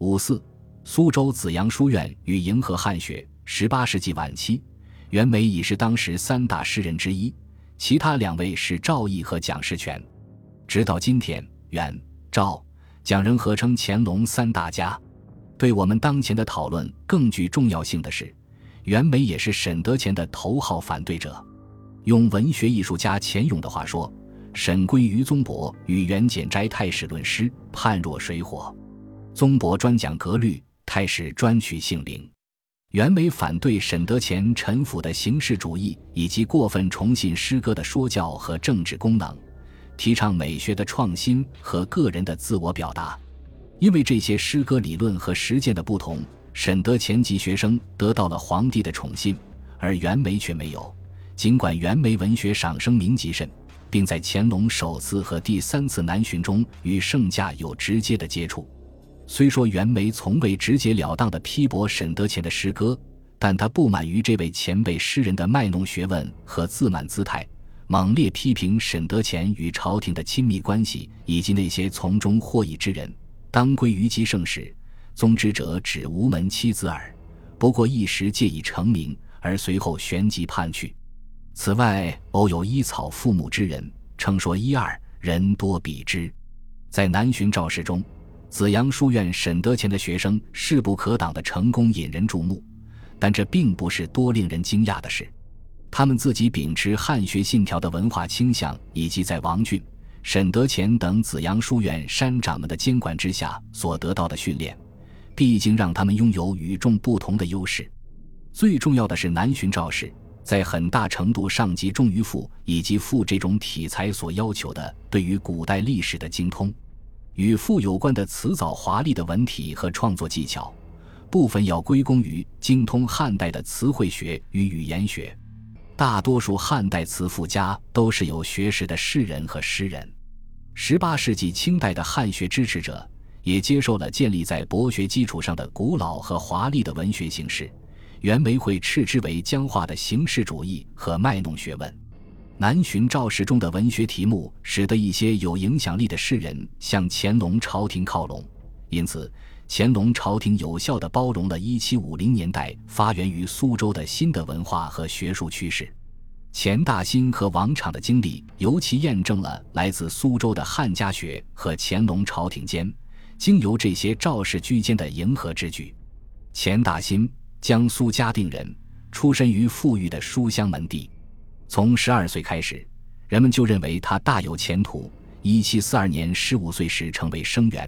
54苏州紫阳书院与迎合汉学。18世纪晚期，袁枚已是当时3大诗人之一，其他2位是赵翼和蒋士权。直到今天，袁、赵、蒋仍合称乾隆3大家。对我们当前的讨论更具重要性的是，袁枚也是沈德潜的头号反对者。用文学艺术家钱勇的话说，沈归于宗伯与袁简摘太史论诗，判若水火。宗伯专讲格律，太史专取性灵。袁枚反对沈德潜陈腐的形式主义以及过分崇信诗歌的说教和政治功能，提倡美学的创新和个人的自我表达。因为这些诗歌理论和实践的不同，沈德潜及学生得到了皇帝的宠信，而袁枚却没有。尽管袁枚文学赏声名极甚，并在乾隆首次和第3次南巡中与圣驾有直接的接触，虽说袁枚从未直截了当地批驳沈德潜的诗歌，但他不满于这位前辈诗人的卖弄学问和自满姿态，猛烈批评沈德潜与朝廷的亲密关系以及那些从中获益之人，当归于其盛世，宗之者只无门妻子耳，不过一时借以成名，而随后旋即叛去。此外，偶有依草附木之人，称说1、2，人多比之。在南巡赵氏中，紫阳书院沈德潜的学生势不可挡的成功引人注目，但这并不是多令人惊讶的事。他们自己秉持汉学信条的文化倾向，以及在王俊、沈德潜等紫阳书院山长们的监管之下所得到的训练，毕竟让他们拥有与众不同的优势。最重要的是，南巡赵氏在很大程度上集中于赋以及赋这种题材所要求的对于古代历史的精通。与赋有关的辞藻华丽的文体和创作技巧，部分要归功于精通汉代的词汇学与语言学。大多数汉代词赋家都是有学识的士人和诗人。18世纪清代的汉学支持者也接受了建立在博学基础上的古老和华丽的文学形式，袁枚会斥之为僵化的形式主义和卖弄学问。南巡赵氏中的文学题目使得一些有影响力的士人向乾隆朝廷靠拢，因此乾隆朝廷有效地包容了1750年代发源于苏州的新的文化和学术趋势。钱大新和王昶的经历尤其验证了来自苏州的汉家学和乾隆朝廷间经由这些赵氏居间的迎合之举。钱大新，江苏嘉定人，出身于富裕的书香门第。从12岁开始，人们就认为他大有前途。1742年15岁时成为生员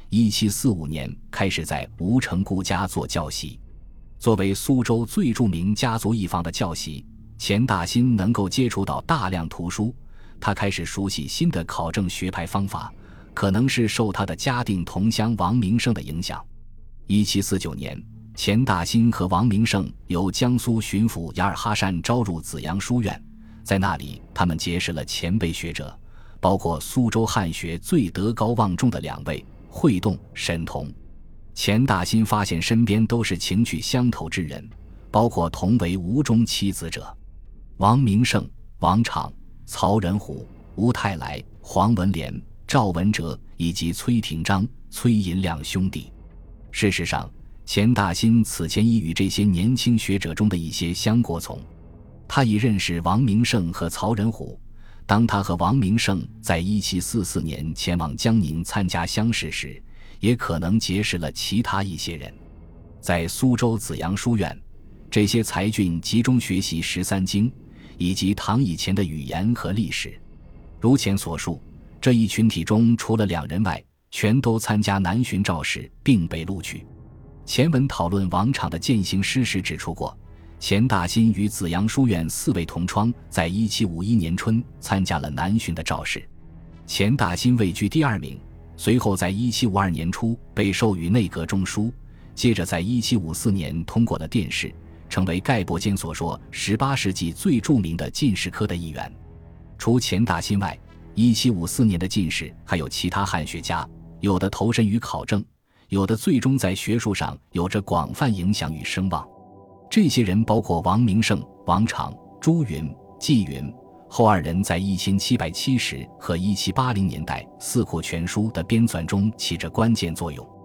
，1745年开始在吴城顾家做教习。作为苏州最著名家族一房的教习，钱大新能够接触到大量图书，他开始熟悉新的考证学派方法，可能是受他的嘉定同乡王明胜的影响。1749年，钱大新和王明胜由江苏巡抚雅尔哈善招入紫阳书院，在那里他们结识了前辈学者，包括苏州汉学最德高望重的2位惠动、沈同。钱大新发现身边都是情趣相投之人，包括同为吴中妻子者王明胜、王昶、曹仁虎、吴泰来、黄文廉、赵文哲以及崔廷章、崔寅亮兄弟。事实上，钱大新此前已与这些年轻学者中的一些相过从，他已认识王明胜和曹仁虎。当他和王明胜在1744年前往江宁参加乡试时，也可能结识了其他一些人。在苏州紫阳书院，这些才俊集中学习13经以及唐以前的语言和历史。如前所述，这一群体中除了2人外，全都参加南巡赵氏并被录取。前文讨论王昶的践行诗时指出过，钱大新与紫阳书院4位同窗在1751年春参加了南巡的赵氏。钱大新位居第2名，随后在1752年初被授予内阁中书，接着在1754年通过了殿试，成为盖伯坚所说18世纪最著名的进士科的一员。除钱大新外，1754年的进士还有其他汉学家，有的投身于考证，有的最终在学术上有着广泛影响与声望。这些人包括王明胜、王昶、朱云、纪云，后2人在1770和1780年代《四库全书》的编纂中起着关键作用。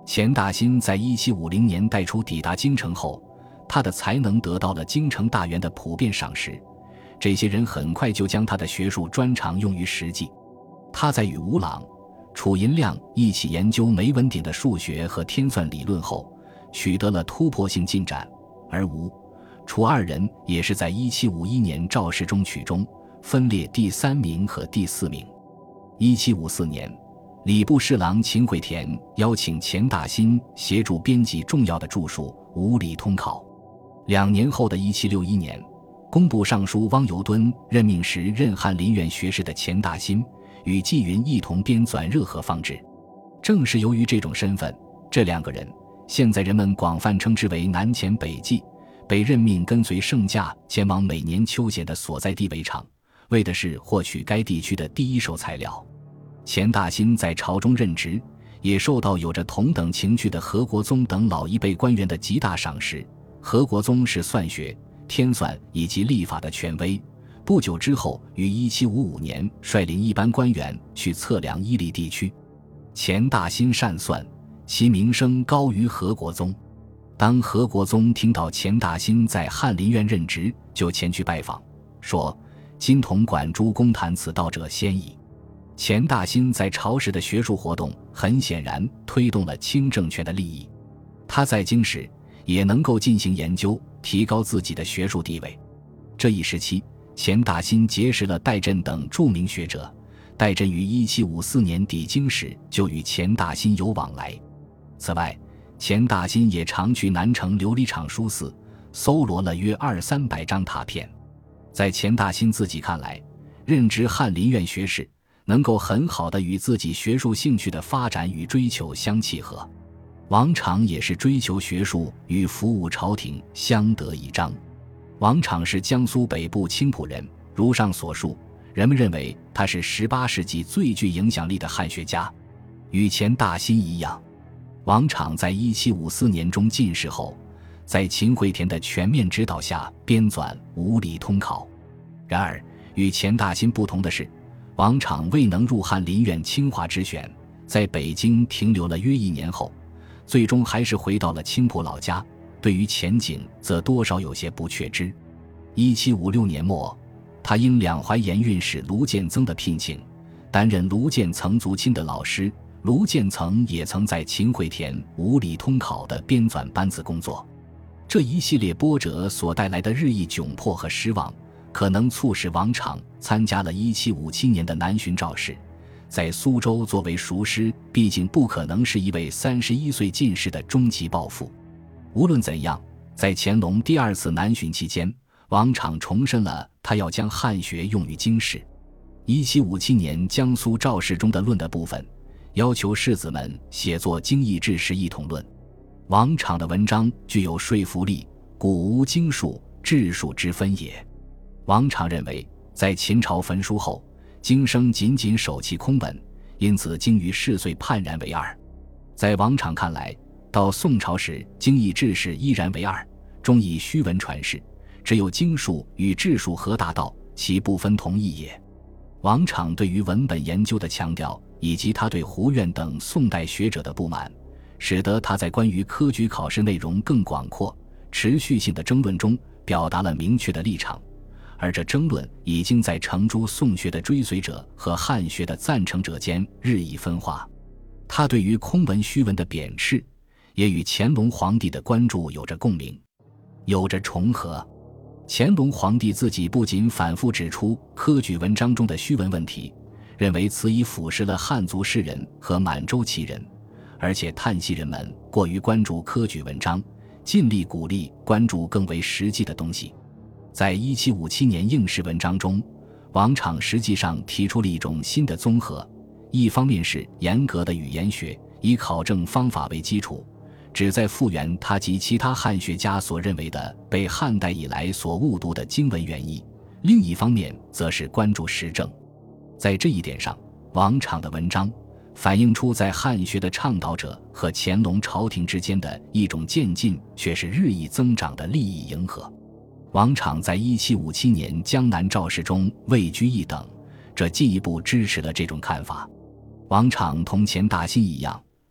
钱大新在1750年代初抵达京城后，他的才能得到了京城大员的普遍赏识，这些人很快就将他的学术专长用于实际。他在与吴朗、楚银亮一起研究梅文鼎的数学和天算理论后，取得了突破性进展，而吴、楚二人也是在1751年赵氏中取中，分列第3名和第4名。1754年，礼部侍郎秦惠田邀请钱大新协助编辑重要的著述《无理通考》。2年后的1761年，工部尚书汪尤敦任命时任翰林院学士的钱大新与纪云一同编纂《热河方志》。正是由于这种身份，这2个人现在人们广泛称之为南钱北纪，被任命跟随圣驾前往每年秋显的所在地为场，为的是获取该地区的第一手材料。钱大新在朝中任职，也受到有着同等情趣的何国宗等老一辈官员的极大赏识。何国宗是算学、天算以及历法的权威，不久之后于1755年率领一班官员去测量伊犁地区。钱大新善算，其名声高于何国宗。当何国宗听到钱大新在翰林院任职，就前去拜访，说：“今同管诸公谈此道者先矣。”钱大新在朝时的学术活动很显然推动了清政权的利益，他在京时也能够进行研究，提高自己的学术地位。这一时期，钱大新结识了戴震等著名学者，戴震于1754年抵京时就与钱大新有往来。此外，钱大新也常去南城琉璃厂书寺，搜罗了约200-300张拓片。在钱大新自己看来，任职翰林院学士能够很好地与自己学术兴趣的发展与追求相契合。王昶也是追求学术与服务朝廷相得益彰。王昶是江苏北部青浦人，如上所述，人们认为他是18世纪最具影响力的汉学家。与钱大新一样，王昶在1754年中进士后，在秦惠田的全面指导下编纂《无理通考》。然而与钱大新不同的是，王昶未能入翰林院清华之选，在北京停留了约1年后，最终还是回到了青浦老家，对于前景则多少有些不确知。1756年末，他因两淮盐运使卢建曾的聘请，担任卢建曾族亲的老师。卢建曾也曾在秦惠田《无理通考》的编纂班子工作。这一系列波折所带来的日益窘迫和失望，可能促使王昶参加了1757年的南巡赵氏，在苏州作为塾师，毕竟不可能是一位31岁进士的终极抱负。无论怎样，在乾隆第2次南巡期间，王昶重申了他要将汉学用于经世。1757年江苏赵氏中的论的部分，要求士子们写作《经义志士一统论》。王昶的文章具有说服力，故无经术、志术之分也。王昶认为，在秦朝焚书后，经生仅仅守其空文，因此经于世岁判然为二。在王昶看来，到宋朝时，经义志士依然为二，终以虚文传世，只有经术与志术合大道，其不分同义也。王昶对于文本研究的强调，以及他对胡苑等宋代学者的不满，使得他在关于科举考试内容更广阔、持续性的争论中表达了明确的立场，而这争论已经在程朱宋学的追随者和汉学的赞成者间日益分化。他对于空文虚文的贬斥，也与乾隆皇帝的关注有着共鸣，有着重合。乾隆皇帝自己不仅反复指出科举文章中的虚文问题，认为此已腐蚀了汉族士人和满洲旗人，而且叹息人们过于关注科举文章，尽力鼓励关注更为实际的东西。在1757年应试文章中，王昶实际上提出了一种新的综合，一方面是严格的语言学，以考证方法为基础，旨在复原他及其他汉学家所认为的被汉代以来所误读的经文原意；另一方面则是关注实证。在这一点上，王昶的文章反映出在汉学的倡导者和乾隆朝廷之间的一种渐进却是日益增长的利益迎合。王昶在1757年江南赵氏中位居一等，这进一步支持了这种看法。王昶同钱大新一样，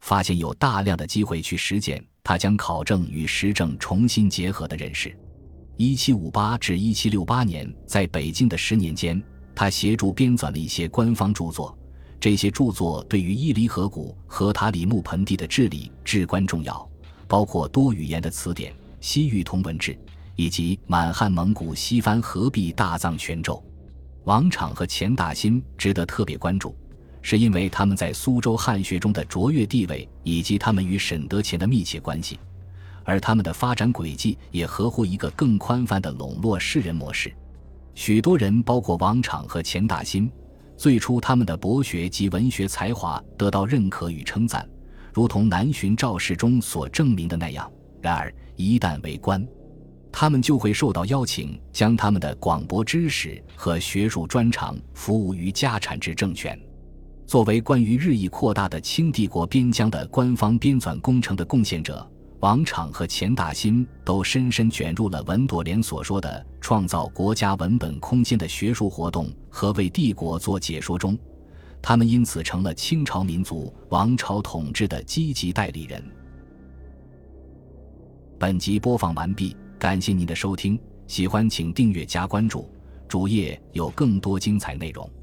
发现有大量的机会去实践他将考证与实证重新结合的认识。1758至1768年在北京的10年间，他协助编纂了一些官方著作，这些著作对于伊犁河谷和塔里木盆地的治理至关重要，包括多语言的词典、西域同文志以及满汉蒙古西番合璧大藏全咒。王昶和钱大新值得特别关注，是因为他们在苏州汉学中的卓越地位以及他们与沈德潜的密切关系，而他们的发展轨迹也合乎一个更宽泛的笼络士人模式。许多人包括王昶和钱大新，最初他们的博学及文学才华得到认可与称赞，如同南巡赵氏中所证明的那样。然而一旦为官，他们就会受到邀请，将他们的广博知识和学术专长服务于家产制政权。作为关于日益扩大的清帝国边疆的官方编纂工程的贡献者，王昶和钱大新都深深卷入了文朵莲所说的创造国家文本空间的学术活动和为帝国做解说中，他们因此成了清朝民族王朝统治的积极代理人。本集播放完毕，感谢您的收听，喜欢请订阅加关注，主页有更多精彩内容。